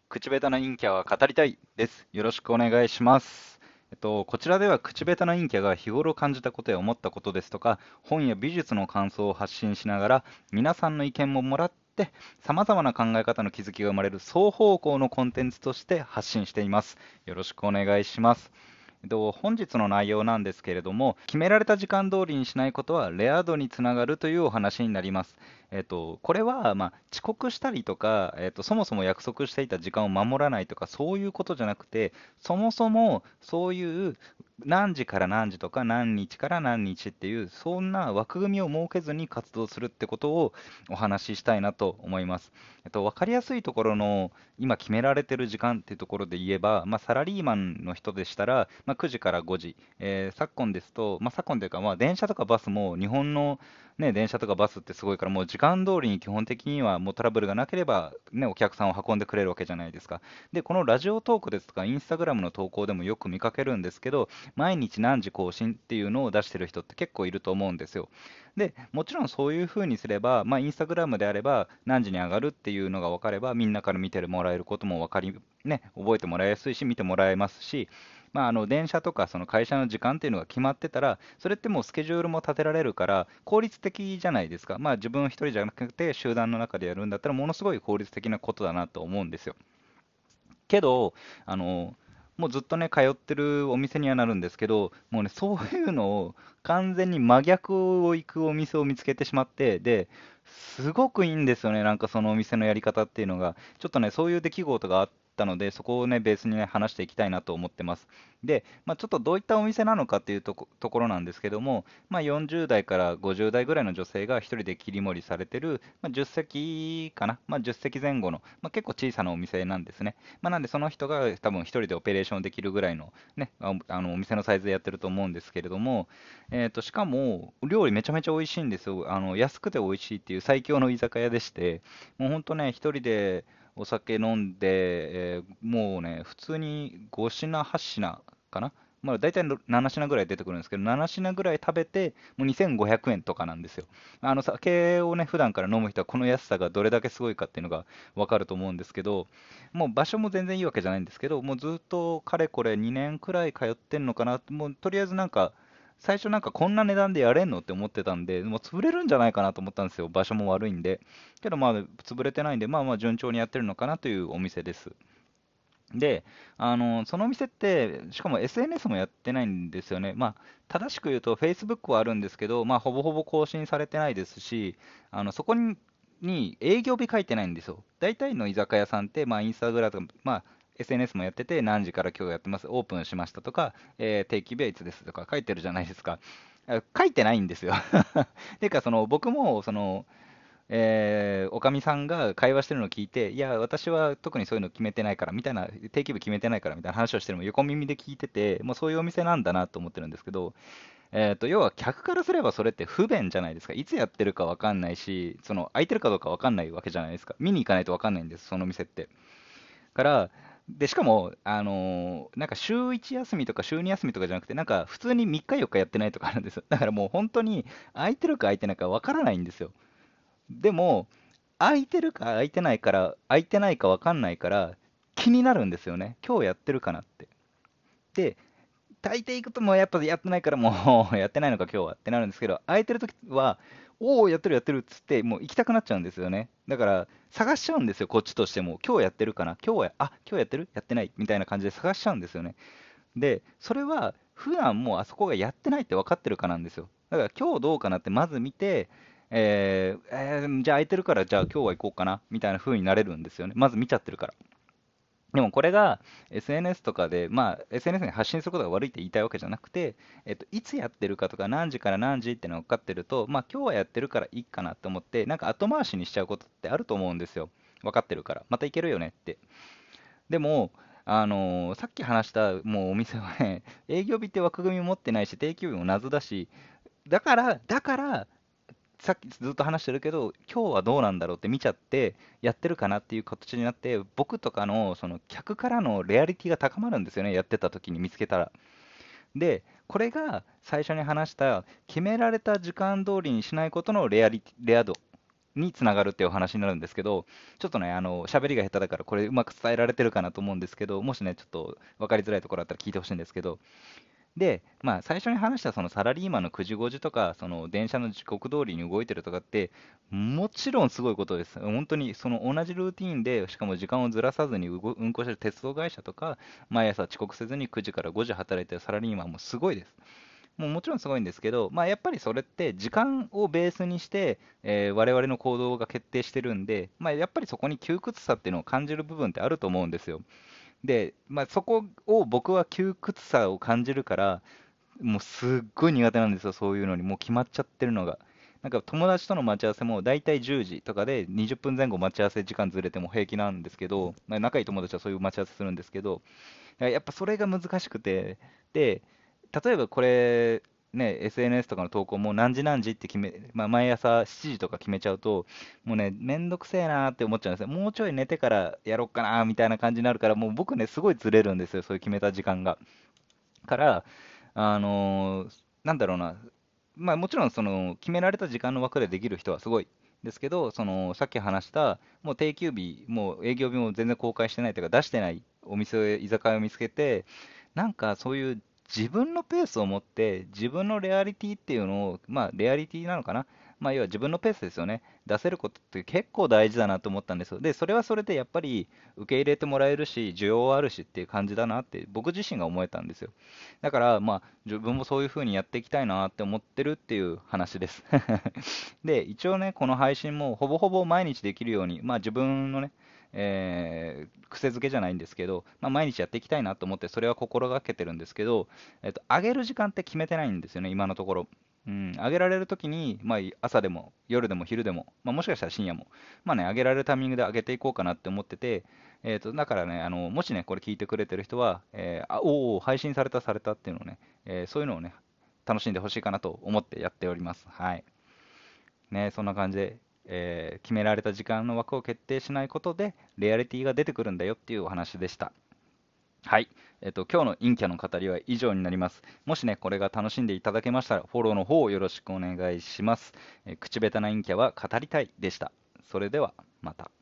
口下手な陰キャは語りたいです。よろしくお願いします。こちらでは口下手な陰キャが日頃感じたことや思ったことですとか、本や美術の感想を発信しながら、皆さんの意見ももらって、様々な考え方の気づきが生まれる双方向のコンテンツとして発信しています。よろしくお願いします。本日の内容なんですけれども、決められた時間通りにしないことはレア度につながるというお話になります。これは、遅刻したりとか、そもそも約束していた時間を守らないとか、そういうことじゃなくて、そもそもそういう何時から何時とか何日から何日っていう、そんな枠組みを設けずに活動するってことをお話ししたいなと思います。わかりやすいところの今決められてる時間っていうところで言えば、サラリーマンの人でしたら、9時から5時、昨今ですと、昨今というか、電車とかバスも日本のね、電車とかバスってすごいから、もう時間通りに基本的にはもうトラブルがなければ、ね、お客さんを運んでくれるわけじゃないですか。で、このラジオトークですとか、インスタグラムの投稿でもよく見かけるんですけど、毎日何時更新っていうのを出してる人って結構いると思うんですよ。で、もちろんそういう風にすれば、インスタグラムであれば、何時に上がるっていうのが分かれば、みんなから見てもらえることも覚えてもらいやすいし、見てもらえますし、電車とかその会社の時間っていうのが決まってたら、それってもうスケジュールも立てられるから、効率的じゃないですか。自分一人じゃなくて、集団の中でやるんだったら、ものすごい効率的なことだなと思うんですよ。けど、あの、もうずっとね、通ってるお店にはなるんですけど、もうね、そういうのを完全に真逆を行くお店を見つけてしまって、で、すごくいいんですよね、なんかそのお店のやり方っていうのが。ちょっとね、そういう出来事があったので、そこをね、ベースにね、話していきたいなと思ってます。で、ちょっとどういったお店なのかっていうところなんですけども、40代から50代ぐらいの女性が一人で切り盛りされてる、10席かな、10席前後の、結構小さなお店なんですね。なんでその人が多分一人でオペレーションできるぐらいのね、お店のサイズでやってると思うんですけれども、しかも料理めちゃめちゃ美味しいんですよ。安くて美味しいっていう最強の居酒屋でして、もうほんとね、一人でお酒飲んで、もうね、普通に5品、8品かな。大体7品ぐらい出てくるんですけど、7品ぐらい食べて、もう2500円とかなんですよ。酒をね、普段から飲む人はこの安さがどれだけすごいかっていうのがわかると思うんですけど、もう場所も全然いいわけじゃないんですけど、もうずっとかれこれ2年くらい通ってんのかな、もうとりあえずなんか、最初なんかこんな値段でやれんのって思ってたんで、もう潰れるんじゃないかなと思ったんですよ。場所も悪いんで。けど潰れてないんで、順調にやってるのかなというお店です。で、そのお店って、しかも SNS もやってないんですよね。正しく言うと Facebook はあるんですけど、ほぼほぼ更新されてないですし、そこに営業日書いてないんですよ。大体の居酒屋さんって、インスタグラムとか、SNS もやってて、何時から今日やってます、オープンしましたとか、定期日はいつですとか書いてるじゃないですか。書いてないんですよ。ていうか、僕も、おかみさんが会話してるのを聞いて、いや、私は特にそういうの決めてないから、みたいな、定期日決めてないから、みたいな話をしてるのを横耳で聞いてて、もうそういうお店なんだなと思ってるんですけど、要は客からすればそれって不便じゃないですか。いつやってるかわかんないし、空いてるかどうかわかんないわけじゃないですか。見に行かないとわかんないんです、その店って。から、で、しかも、なんか週1休みとか週2休みとかじゃなくて、なんか普通に3日4日やってないとかあるんですよ。だからもう本当に空いてるか空いてないかわからないんですよ。でも、空いてるか空いてないか分かんないから、気になるんですよね。今日やってるかなって。で、大抵行くともうやっぱやってないからもうやってないのか今日はってなるんですけど、空いてる時は、おお、やってるやってるっつって、もう行きたくなっちゃうんですよね。だから、探しちゃうんですよ、こっちとしても。今日やってるかな今日やってるやってないみたいな感じで探しちゃうんですよね。で、それは、普段もうあそこがやってないって分かってるかなんですよ。だから今日どうかなってまず見て、じゃあ空いてるからじゃあ今日は行こうかなみたいな風になれるんですよね。まず見ちゃってるから。でもこれが SNS とかで、SNS に発信することが悪いって言いたいわけじゃなくて、いつやってるかとか何時から何時ってのが分かってると、今日はやってるからいいかなと思って、なんか後回しにしちゃうことってあると思うんですよ。分かってるから。また行けるよねって。でも、さっき話したもうお店はね、営業日って枠組み持ってないし、定休日も謎だし、だから、さっきずっと話してるけど、今日はどうなんだろうって見ちゃって、やってるかなっていう形になって、僕とかのその客からのレアリティが高まるんですよね、やってた時に見つけたら。で、これが最初に話した決められた時間通りにしないことのレア度につながるっていうお話になるんですけど、ちょっとね、喋りが下手だから、これうまく伝えられてるかなと思うんですけど、もしね、ちょっと分かりづらいところあったら聞いてほしいんですけど、で、まあ、最初に話したそのサラリーマンの9時5時とか、その電車の時刻通りに動いてるとかって、もちろんすごいことです。本当にその同じルーティーンで、しかも時間をずらさずに運行してる鉄道会社とか、毎朝遅刻せずに9時から5時働いてるサラリーマンもすごいです。もちろんすごいんですけど、まあ、やっぱりそれって時間をベースにして、我々の行動が決定してるんで、まあ、やっぱりそこに窮屈さっていうのを感じる部分ってあると思うんですよ。で、まあ、そこを僕は窮屈さを感じるから、もうすっごい苦手なんですよ、そういうのに。もう決まっちゃってるのが。なんか友達との待ち合わせも大体10時とかで20分前後待ち合わせ時間ずれても平気なんですけど、まあ仲いい友達はそういう待ち合わせするんですけど、やっぱそれが難しくて、で、例えばこれ、ね、SNS とかの投稿も何時何時って決め、まあ、毎朝7時とか決めちゃうと、もうね、めんどくせえなーって思っちゃうんですよ。もうちょい寝てからやろっかなーみたいな感じになるから、もう僕ね、すごいずれるんですよ、そういう決めた時間が。から、なんだろうな、まあ、もちろんその決められた時間の枠でできる人はすごいですけど、そのさっき話した、もう定休日、もう営業日も全然公開してないというか、出してないお店、居酒屋を見つけて、なんかそういう自分のペースを持って、自分のレアリティっていうのを、まあ、レアリティなのかな、まあ、要は自分のペースですよね、出せることって結構大事だなと思ったんですよ。で、それはそれでやっぱり受け入れてもらえるし、需要はあるしっていう感じだなって、僕自身が思えたんですよ。だから、まあ、自分もそういう風にやっていきたいなって思ってるっていう話です。で、一応ね、この配信もほぼほぼ毎日できるように、まあ自分のね、癖づけじゃないんですけど、まあ、毎日やっていきたいなと思って、それは心がけてるんですけど、上げる時間って決めてないんですよね、今のところ。うん、上げられるときに、まあ、朝でも夜でも昼でも、まあ、もしかしたら深夜も、まあね、上げられるタイミングで上げていこうかなって思ってて、だからね、もしね、これ聞いてくれてる人は、おお、配信された、されたっていうのをね、そういうのをね、楽しんでほしいかなと思ってやっております。はい。ね、そんな感じで、決められた時間の枠を決定しないことで、レアリティが出てくるんだよっていうお話でした。はい。今日の陰キャの語りは以上になります。もしね、これが楽しんでいただけましたら、フォローの方をよろしくお願いします。口下手な陰キャは語りたいでした。それでは、また。